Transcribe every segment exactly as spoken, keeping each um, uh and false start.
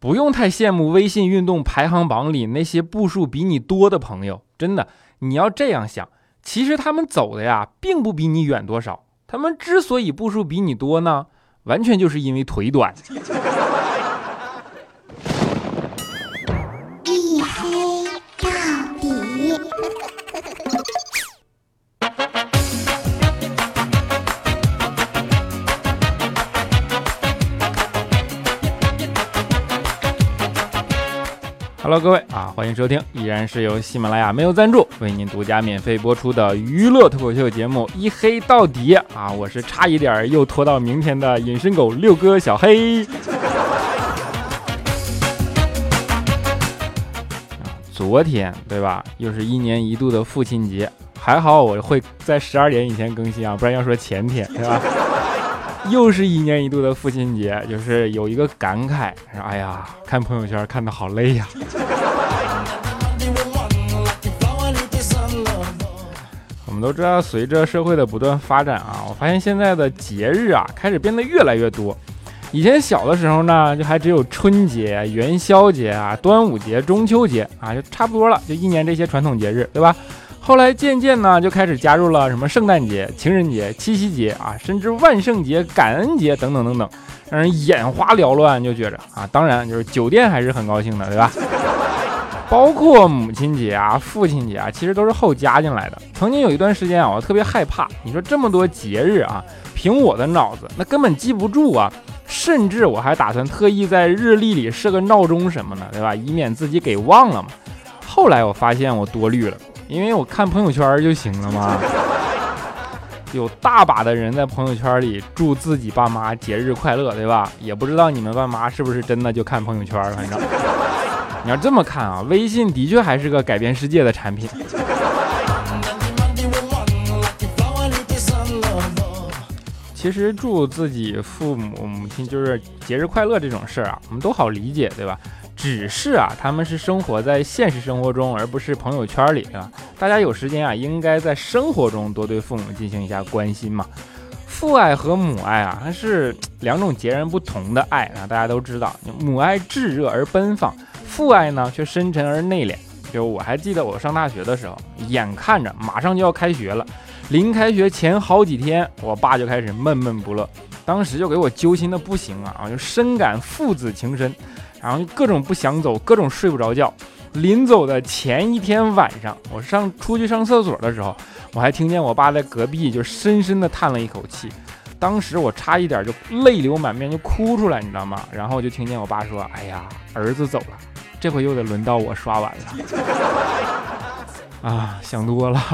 不用太羡慕微信运动排行榜里那些步数比你多的朋友，真的，你要这样想，其实他们走的呀，并不比你远多少。他们之所以步数比你多呢，完全就是因为腿短。 一黑到底。 Hello， 各位啊，欢迎收听，依然是由喜马拉雅没有赞助为您独家免费播出的娱乐脱口秀节目《一黑到底》啊，我是差一点又拖到明天的隐身狗六哥小黑。昨天对吧，又是一年一度的父亲节，还好我会在十二点以前更新啊，不然要说前天对吧？又是一年一度的父亲节，就是有一个感慨，哎呀，看朋友圈看得好累呀。我们都知道，随着社会的不断发展啊，我发现现在的节日啊开始变得越来越多。以前小的时候呢，就还只有春节、元宵节啊、端午节、中秋节啊，就差不多了，就一年这些传统节日，对吧？后来渐渐呢，就开始加入了什么圣诞节、情人节、七夕节啊，甚至万圣节、感恩节等等等等，让人眼花缭乱，就觉着啊，当然就是酒店还是很高兴的，对吧？包括母亲节啊、父亲节啊，其实都是后加进来的。曾经有一段时间啊，我特别害怕，你说这么多节日啊，凭我的脑子那根本记不住啊，甚至我还打算特意在日历里设个闹钟什么的，对吧？以免自己给忘了嘛。后来我发现我多虑了。因为我看朋友圈就行了嘛，有大把的人在朋友圈里祝自己爸妈节日快乐，对吧？也不知道你们爸妈是不是真的就看朋友圈，反正你要这么看啊，微信的确还是个改变世界的产品。其实祝自己父母母亲就是节日快乐这种事儿啊，我们都好理解，对吧？只是啊，他们是生活在现实生活中，而不是朋友圈里，对吧？大家有时间啊，应该在生活中多对父母进行一下关心嘛。父爱和母爱啊，它是两种截然不同的爱啊，大家都知道，母爱炙热而奔放，父爱呢却深沉而内敛。就我还记得我上大学的时候，眼看着马上就要开学了，临开学前好几天，我爸就开始闷闷不乐，当时就给我揪心的不行啊，我就深感父子情深。然后就各种不想走，各种睡不着觉。临走的前一天晚上，我上出去上厕所的时候，我还听见我爸在隔壁就深深的叹了一口气。当时我差一点就泪流满面，就哭出来，你知道吗？然后我就听见我爸说：“哎呀，儿子走了，这回又得轮到我刷碗了。”啊，想多了。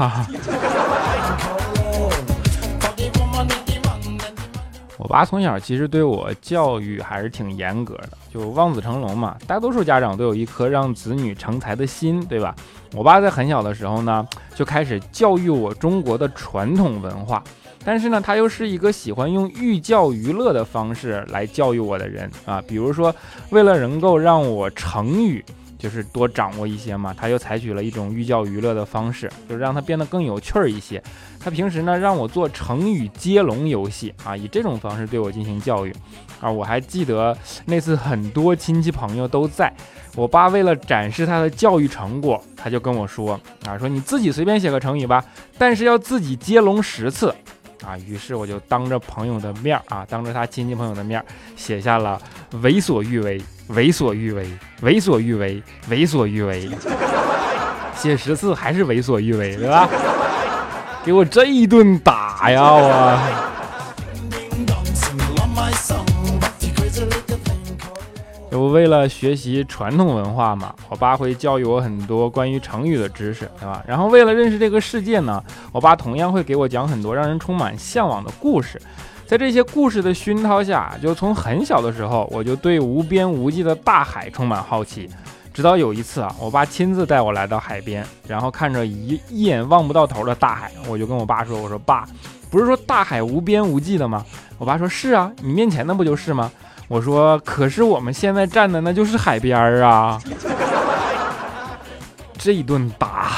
我爸从小其实对我教育还是挺严格的，就望子成龙嘛，大多数家长都有一颗让子女成才的心，对吧？我爸在很小的时候呢，就开始教育我中国的传统文化，但是呢，他又是一个喜欢用寓教于乐的方式来教育我的人啊，比如说为了能够让我成语就是多掌握一些嘛，他又采取了一种寓教于乐的方式，就是让它变得更有趣儿一些。他平时呢让我做成语接龙游戏啊，以这种方式对我进行教育啊。我还记得那次很多亲戚朋友都在，我爸为了展示他的教育成果，他就跟我说啊，说你自己随便写个成语吧，但是要自己接龙十次啊。于是我就当着朋友的面啊，当着他亲戚朋友的面写下了为所欲为。为所欲为，为所欲为，为所欲为，写十次还是为所欲为，对吧？给我这一顿打呀！我我为了学习传统文化嘛，我爸会教育我很多关于成语的知识，对吧？然后为了认识这个世界呢，我爸同样会给我讲很多让人充满向往的故事。在这些故事的熏陶下，就从很小的时候，我就对无边无际的大海充满好奇。直到有一次啊，我爸亲自带我来到海边，然后看着一一眼望不到头的大海，我就跟我爸说：“我说爸，不是说大海无边无际的吗？”我爸说：“是啊，你面前的不就是吗？”我说：“可是我们现在站的那就是海边啊！”这一顿打。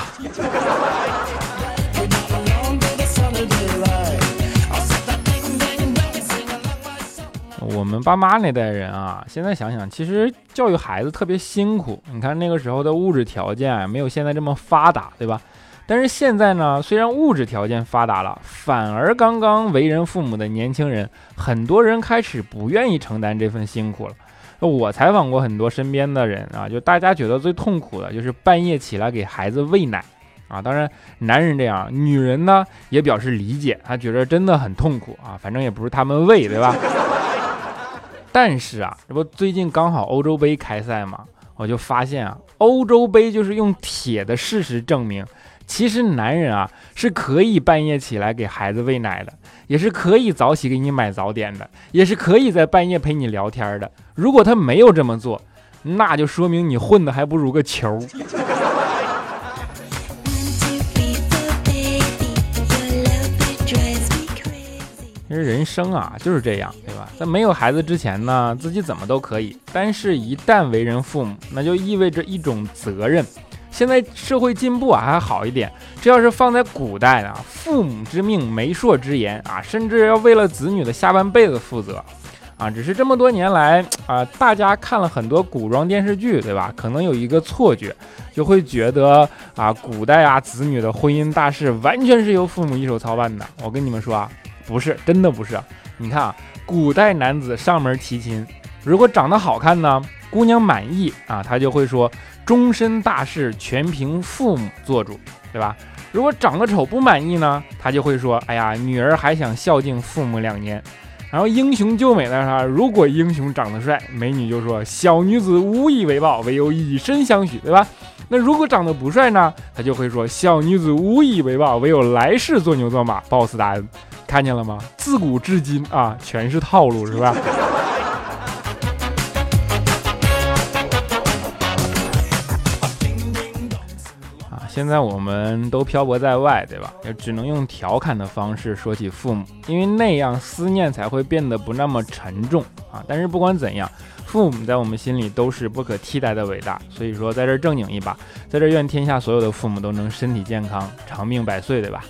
我们爸妈那代人啊，现在想想，其实教育孩子特别辛苦。你看那个时候的物质条件啊，没有现在这么发达，对吧？但是现在呢，虽然物质条件发达了，反而刚刚为人父母的年轻人，很多人开始不愿意承担这份辛苦了。我采访过很多身边的人啊，就大家觉得最痛苦的就是半夜起来给孩子喂奶啊。当然，男人这样，女人呢也表示理解，她觉得真的很痛苦啊，反正也不是他们喂，对吧？但是啊，这不最近刚好欧洲杯开赛嘛，我就发现啊，欧洲杯就是用铁的事实证明，其实男人啊是可以半夜起来给孩子喂奶的，也是可以早起给你买早点的，也是可以在半夜陪你聊天的。如果他没有这么做，那就说明你混的还不如个球。其实人生啊就是这样，对吧？在没有孩子之前呢，自己怎么都可以，但是一旦为人父母，那就意味着一种责任。现在社会进步啊还好一点，这要是放在古代呢，父母之命媒妁之言啊，甚至要为了子女的下半辈子负责啊。只是这么多年来啊，大家看了很多古装电视剧，对吧？可能有一个错觉，就会觉得啊，古代啊子女的婚姻大事完全是由父母一手操办的。我跟你们说啊，不是，真的不是。你看啊，古代男子上门提亲，如果长得好看呢，姑娘满意啊，他就会说终身大事全凭父母做主，对吧？如果长得丑不满意呢，他就会说，哎呀，女儿还想孝敬父母两年。然后英雄救美的啥，如果英雄长得帅，美女就说小女子无以为报，唯有以身相许，对吧？那如果长得不帅呢，他就会说小女子无以为报，唯有来世做牛做马，报死大恩。看见了吗？自古至今啊，全是套路，是吧？现在我们都漂泊在外，对吧？也只能用调侃的方式说起父母，因为那样思念才会变得不那么沉重啊。但是不管怎样，父母在我们心里都是不可替代的伟大。所以说，在这正经一把，在这愿天下所有的父母都能身体健康，长命百岁，对吧？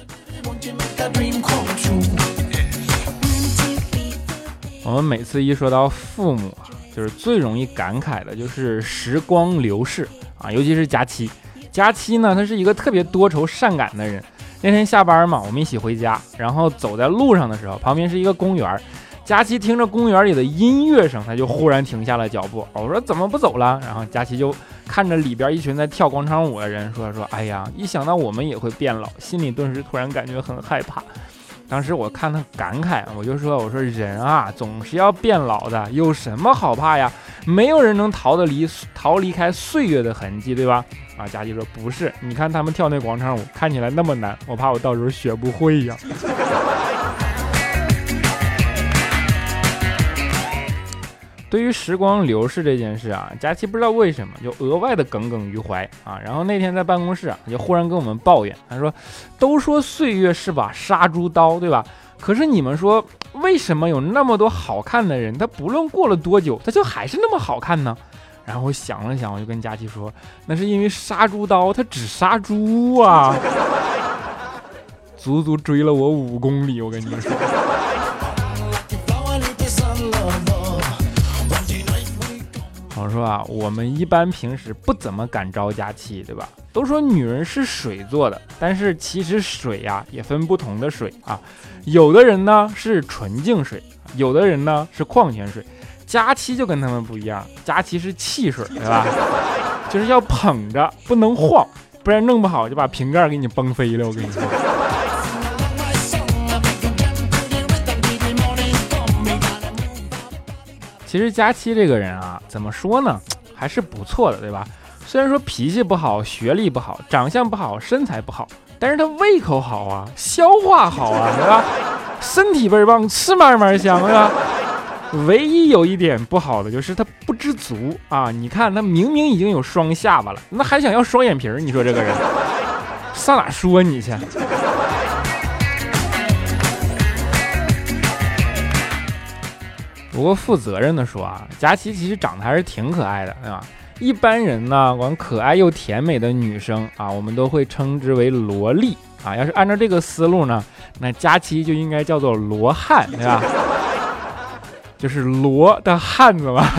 我们每次一说到父母啊，就是最容易感慨的就是时光流逝啊，尤其是佳期。佳期呢，他是一个特别多愁善感的人。那天下班嘛，我们一起回家，然后走在路上的时候，旁边是一个公园。佳期听着公园里的音乐声，他就忽然停下了脚步。我说怎么不走了？然后佳期就看着里边一群在跳广场舞的人，说说，哎呀，一想到我们也会变老，心里顿时突然感觉很害怕。当时我看他感慨，我就说，我说人啊，总是要变老的，有什么好怕呀？没有人能逃得离逃离开岁月的痕迹，对吧？啊，佳琪说不是，你看他们跳那广场舞，看起来那么难，我怕我到时候学不会呀。对于时光流逝这件事啊，佳琪不知道为什么就额外的耿耿于怀啊。然后那天在办公室啊，就忽然跟我们抱怨，他说：“都说岁月是把杀猪刀，对吧？可是你们说，为什么有那么多好看的人，他不论过了多久，他就还是那么好看呢？”然后我想了想，我就跟佳琪说：“那是因为杀猪刀它只杀猪啊，足足追了我五公里。”我跟你们说。我说啊，我们一般平时不怎么敢招佳期，对吧？都说女人是水做的，但是其实水呀、啊、也分不同的水啊。有的人呢是纯净水，有的人呢是矿泉水。佳期就跟他们不一样，佳期是汽水，对吧？就是要捧着，不能晃，不然弄不好就把瓶盖给你崩飞了。我跟你说。其实佳期这个人啊，怎么说呢，还是不错的，对吧？虽然说脾气不好，学历不好，长相不好，身材不好，但是他胃口好啊，消化好啊，对吧？身体倍儿棒，吃嘛嘛香，对吧？唯一有一点不好的就是他不知足啊！你看他明明已经有双下巴了，那还想要双眼皮儿，你说这个人上哪说你去？不过负责任的说啊，佳期其实长得还是挺可爱的，对吧？一般人呢，管可爱又甜美的女生啊，我们都会称之为萝莉啊。要是按照这个思路呢，那佳期就应该叫做罗汉，对吧？ 就是罗的汉子嘛。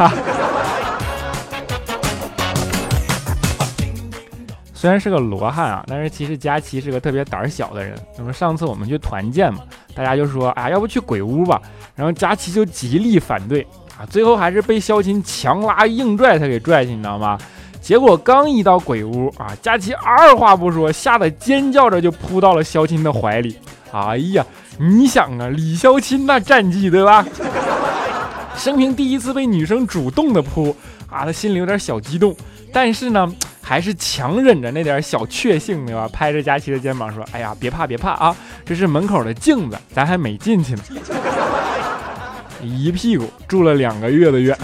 虽然是个罗汉啊，但是其实佳琪是个特别胆小的人。那么上次我们去团建嘛，大家就说啊，要不去鬼屋吧，然后佳琪就极力反对啊，最后还是被萧琴强拉硬拽才给拽去，你知道吗？结果刚一到鬼屋啊，佳琪二话不说，吓得尖叫着就扑到了萧琴的怀里。哎呀，你想啊，李萧琴那战绩对吧？生平第一次被女生主动的扑啊，他心里有点小激动，但是呢，还是强忍着那点小确幸，对吧？拍着佳琪的肩膀说：“哎呀，别怕别怕啊，这是门口的镜子，咱还没进去呢。”一屁股住了两个月的院。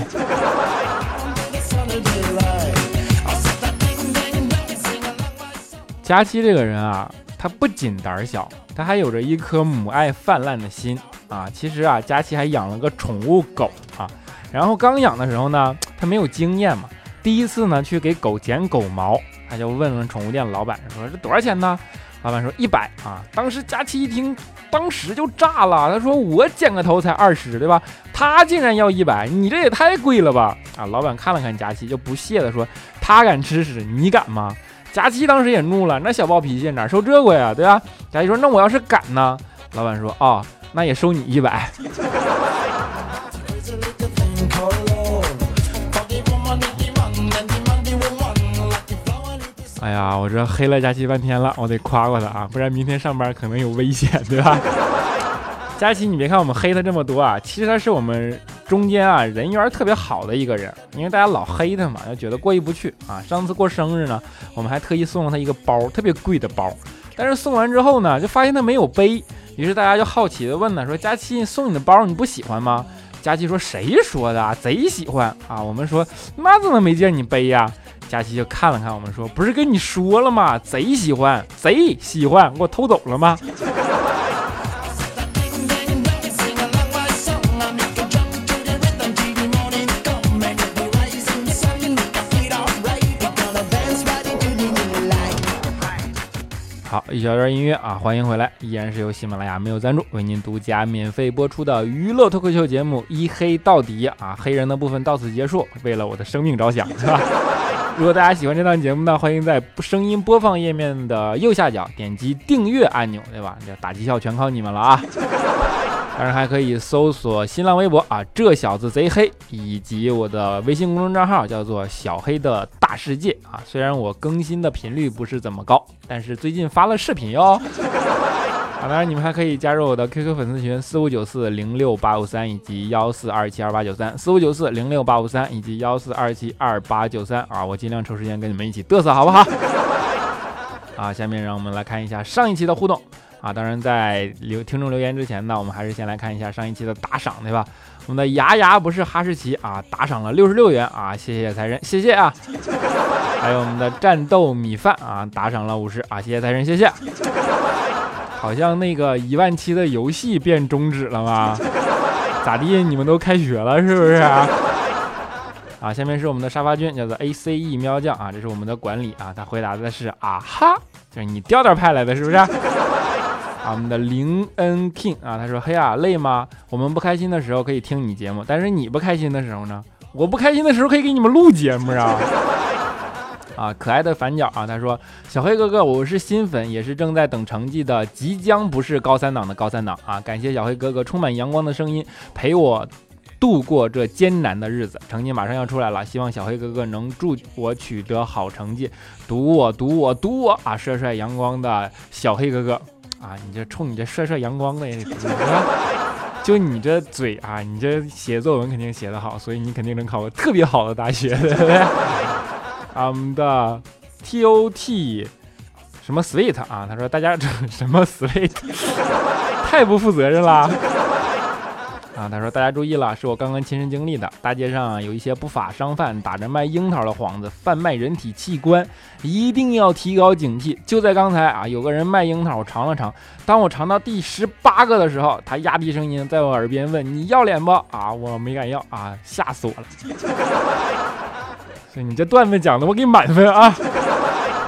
佳琪这个人啊，他不仅胆小，他还有着一颗母爱泛滥的心啊。其实啊，佳琪还养了个宠物狗啊。然后刚养的时候呢，他没有经验嘛，第一次呢去给狗剪狗毛，他就问了宠物店老板说：“这多少钱呢？”老板说一百啊。当时佳琪一听，当时就炸了，他说：“我剪个头才二十，对吧？他竟然要一百，你这也太贵了吧！”啊，老板看了看佳琪，就不屑的说：“他敢吃屎，你敢吗？”佳琪当时也怒了，那小暴脾气哪受这过呀，对吧？佳琪说：“那我要是敢呢？”老板说：“哦，那也收你一百。”哎呀，我这黑了佳琪半天了，我得夸夸他啊，不然明天上班可能有危险，对吧？佳琪，你别看我们黑他这么多啊，其实他是我们中间啊人缘特别好的一个人，因为大家老黑他嘛，就觉得过意不去啊。上次过生日呢，我们还特意送了他一个包，特别贵的包，但是送完之后呢，就发现他没有背，于是大家就好奇的问他说：“佳琪，送你的包你不喜欢吗？”佳琪说：“谁说的啊？贼喜欢啊！”我们说：“那怎么没见你背呀？”佳琪就看了看我们说：“不是跟你说了吗？贼喜欢，贼喜欢，给我偷走了吗？”好，一小段音乐啊，欢迎回来，依然是由喜马拉雅没有赞助为您独家免费播出的娱乐脱口秀节目《一黑到底》啊，黑人的部分到此结束，为了我的生命着想，是吧？如果大家喜欢这档节目呢，欢迎在声音播放页面的右下角点击订阅按钮，对吧？这打绩效全靠你们了啊！当然还可以搜索新浪微博啊，这小子贼黑，以及我的微信公众账号叫做小黑的大世界啊。虽然我更新的频率不是怎么高，但是最近发了视频哟。啊，当然你们还可以加入我的 Q Q 粉丝群四五九四零六八五三以及幺四二七二八九三四五九四零六八五三以及幺四二七二八九三啊，我尽量抽时间跟你们一起嘚瑟，好不好？啊，下面让我们来看一下上一期的互动啊。当然在留听众留言之前呢，我们还是先来看一下上一期的打赏，对吧？我们的牙牙不是哈士奇啊，打赏了六十六元啊，谢谢财神，谢谢啊。还有我们的战斗米饭啊，打赏了五十啊，谢谢财神，谢谢。好像那个一万期的游戏变终止了吗？咋地？你们都开学了是不是啊？啊，下面是我们的沙发君，叫做 A C E 喵酱啊，这是我们的管理啊，他回答的是啊哈，就是你调调派来的是不是？啊，我们的林恩 King 啊，他说嘿啊，累吗？我们不开心的时候可以听你节目，但是你不开心的时候呢？我不开心的时候可以给你们录节目啊。啊，可爱的反角啊，他说小黑哥哥，我是新粉，也是正在等成绩的，即将不是高三党的高三党啊！感谢小黑哥哥充满阳光的声音，陪我度过这艰难的日子。成绩马上要出来了，希望小黑哥哥能祝我取得好成绩，读我读我读我啊！帅帅阳光的小黑哥哥啊，你这冲你这帅帅阳光的也就你这嘴啊，你这写作文肯定写得好，所以你肯定能考个特别好的大学，对不对？啊，我们的 T O T 什么 sweet 啊，他说大家什么 sweet 太不负责任了啊，他说大家注意了，是我刚刚亲身经历的，大街上、啊、有一些不法商贩打着卖樱桃的幌子贩卖人体器官，一定要提高警惕。就在刚才啊，有个人卖樱桃，我尝了尝，当我尝到第十八个的时候，他压低声音在我耳边问你要脸不啊，我没敢要啊，吓死我了。所以你这段子讲的我给满分啊！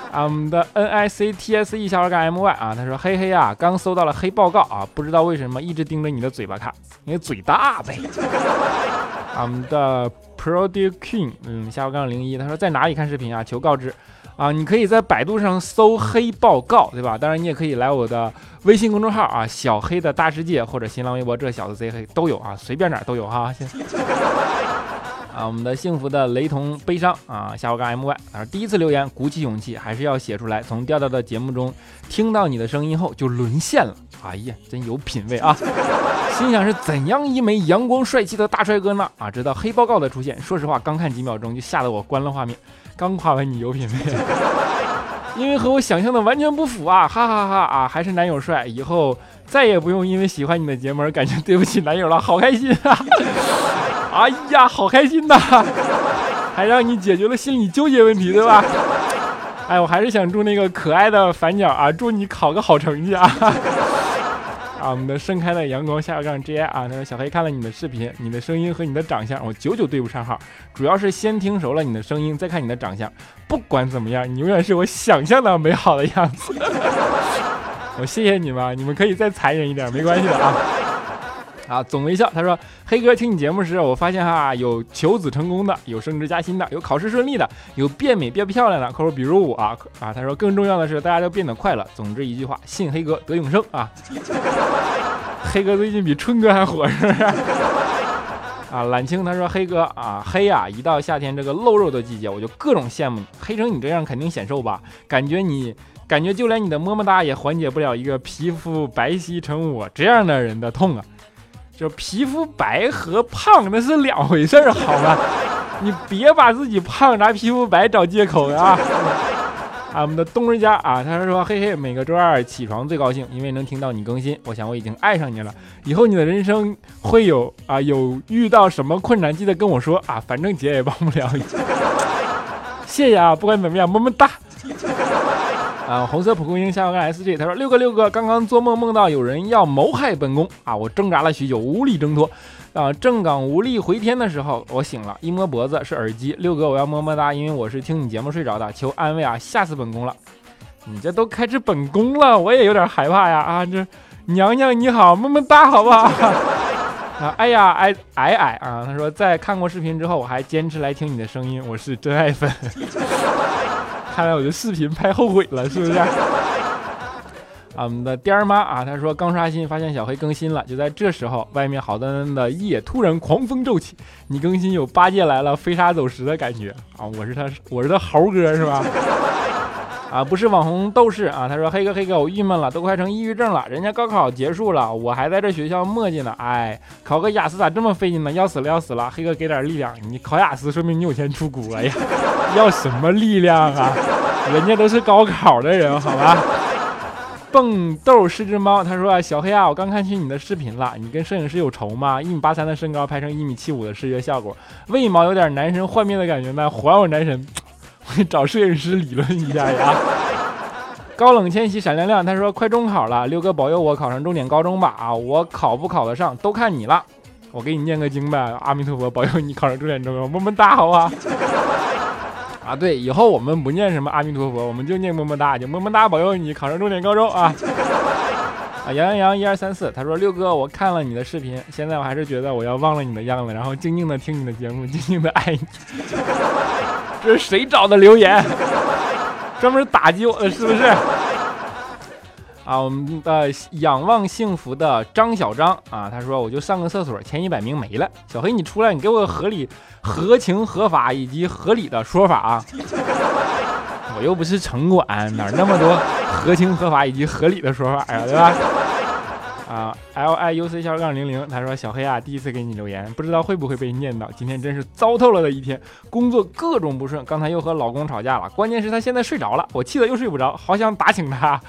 啊，我们的 N I C T S E 小号杠 M Y 啊，他说嘿嘿啊，刚搜到了黑报告啊，不知道为什么一直盯着你的嘴巴看，因为嘴大呗。啊，我们的 Product King， 嗯，下号杠零一，他说在哪里看视频啊？求告知。啊，你可以在百度上搜黑报告，对吧？当然你也可以来我的微信公众号啊，小黑的大世界，或者新浪微博这小子贼黑都有啊，随便哪儿都有哈。啊，我们的幸福的雷同悲伤啊，下号杠 M Y 啊，第一次留言，鼓起勇气还是要写出来。从调调的节目中听到你的声音后就沦陷了，哎呀，真有品位啊！心想是怎样一枚阳光帅气的大帅哥呢？啊，直到黑报告的出现，说实话，刚看几秒钟就吓得我关了画面。刚夸完你有品位，因为和我想象的完全不符啊！哈哈哈啊，还是男友帅，以后再也不用因为喜欢你的节目而感觉对不起男友了，好开心啊！哎呀，好开心呐！还让你解决了心理纠结问题，对吧？哎，我还是想祝那个可爱的反角啊，祝你考个好成绩啊！啊，我们的盛开的阳光下杠 J I 啊，他说小黑看了你的视频，你的声音和你的长相，我久久对不上号，主要是先听熟了你的声音，再看你的长相，不管怎么样，你永远是我想象的美好的样子。我谢谢你们，你们可以再残忍一点，没关系的啊。啊，总微笑，他说黑哥听你节目时，我发现哈有求子成功的，有升职加薪的，有考试顺利的，有变美变漂亮的，可比如我啊啊，他说更重要的是大家都变得快乐。总之一句话，信黑哥得永生啊！黑哥最近比春哥还火，是不是？啊，懒青他说黑哥啊黑啊，一到夏天这个露肉的季节，我就各种羡慕你，黑成你这样肯定显瘦吧？感觉你。感觉就连你的么么哒也缓解不了一个皮肤白皙成我这样的人的痛啊！就皮肤白和胖那是两回事儿，好吗？你别把自己胖啥皮肤白找借口啊！啊，我们的冬日家啊，他说嘿嘿，每个周二起床最高兴，因为能听到你更新。我想我已经爱上你了，以后你的人生会有啊有遇到什么困难，记得跟我说啊，反正姐也帮不了你。谢谢啊，不管怎么样，么么哒。啊，红色蒲公英下号杠 S G， 他说六哥六哥，刚刚做梦梦到有人要谋害本宫啊，我挣扎了许久，无力挣脱。啊，正港无力回天的时候，我醒了，一摸脖子是耳机。六哥，我要么么哒，因为我是听你节目睡着的，求安慰啊，吓死本宫了。你这都开始本宫了，我也有点害怕呀啊，这娘娘你好，么么哒，好不好？啊，哎呀，矮矮矮啊，他说在看过视频之后，我还坚持来听你的声音，我是真爱粉。看来我的视频拍后悔了，是不是？啊，我们的颠儿妈啊，他说刚刷新，发现小黑更新了。就在这时候，外面好端端的夜突然狂风骤起，你更新有八戒来了，飞沙走石的感觉啊！我是他，我是他猴哥是吧？啊，不是网红斗士啊，他说黑哥黑哥，我郁闷了，都快成抑郁症了。人家高考结束了，我还在这学校磨叽呢。哎，考个雅思咋这么费劲呢？要死了要死了！黑哥给点力量，你考雅思说明你有钱出国呀。要什么力量啊？人家都是高考的人，好吧？蹦豆是只猫，他说小黑啊，我刚看去你的视频了，你跟摄影师有仇吗？一米八三的身高拍成一米七五的视觉效果，为毛有点男神幻灭的感觉呢？还我男神！我找摄影师理论一下呀。高冷千玺闪亮亮，他说快中考了，六哥保佑我考上重点高中吧啊！我考不考得上都看你了，我给你念个经呗，阿弥陀佛保佑你考上重点中高，么么哒，好不好？啊，对，以后我们不念什么阿弥陀佛，我们就念么么哒，就么么哒保佑你考上重点高中啊！啊，杨洋洋一二三四，他说六哥，我看了你的视频，现在我还是觉得我要忘了你的样子，然后静静的听你的节目，静静的爱你。这是谁找的留言？专门打击我的，是不是？啊，我们的仰望幸福的张小张啊，他说我就上个厕所，前一百名没了。小黑你出来，你给我个合理、合情、合法以及合理的说法啊！我又不是城管，哪那么多合情合法以及合理的说法呀，对吧？啊 ，L I U C 小杠零零，他说小黑啊，第一次给你留言，不知道会不会被念到。今天真是糟透了的一天，工作各种不顺，刚才又和老公吵架了，关键是他现在睡着了，我气得又睡不着，好想打醒他。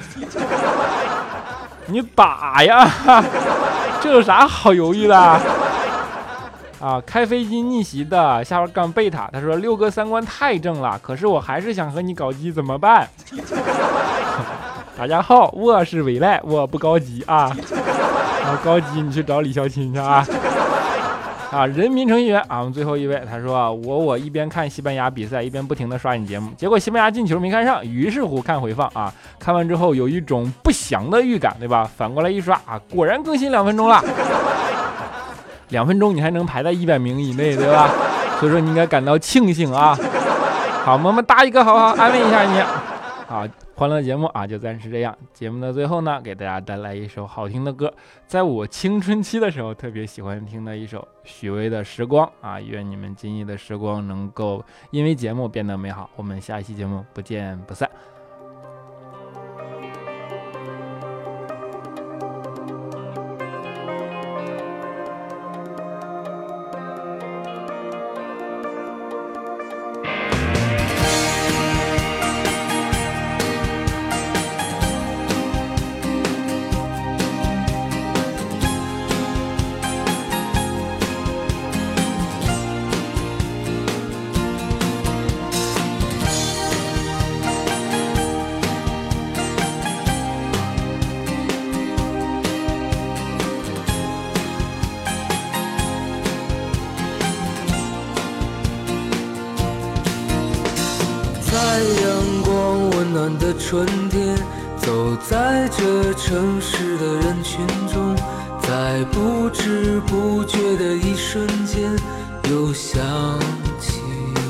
你打呀，这有啥好犹豫的？啊，开飞机逆袭的下边杠贝塔，他说六哥三观太正了，可是我还是想和你搞基，怎么办？大家好，我是未来，我不高级啊，然后高级你去找李小青去啊。 啊，人民程序员啊，我们最后一位，他说啊，我我一边看西班牙比赛，一边不停的刷你节目，结果西班牙进球没看上，于是乎看回放啊，看完之后有一种不祥的预感，对吧？反过来一刷啊，果然更新两分钟了，两分钟你还能排在一百名以内，对吧？所以说你应该感到庆幸啊。好，么么哒一个，好好安慰一下你。好，欢乐节目啊，就暂时这样。节目的最后呢，给大家带来一首好听的歌，在我青春期的时候特别喜欢听的一首许巍的《时光》啊，愿你们今夜的时光能够因为节目变得美好。我们下一期节目不见不散。 的春天，走在这城市的人群中，在不知不觉的一瞬间，又想起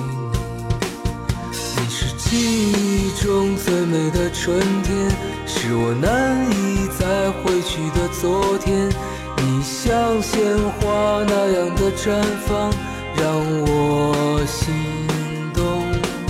你。你是记忆中最美的春天，是我难以再回去的昨天。你像鲜花那样的绽放，让我心动。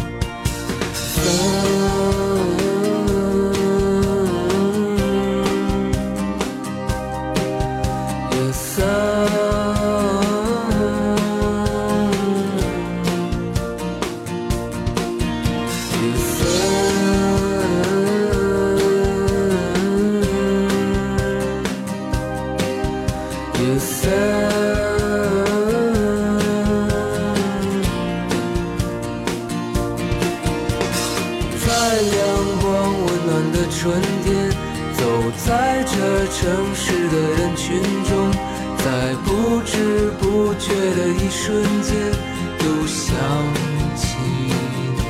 春天，走在这城市的人群中，在不知不觉的一瞬间，又想起你。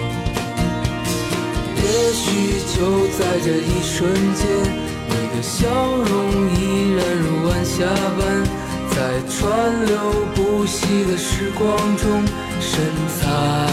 也许就在这一瞬间，你的笑容依然如晚霞般，在川流不息的时光中深藏。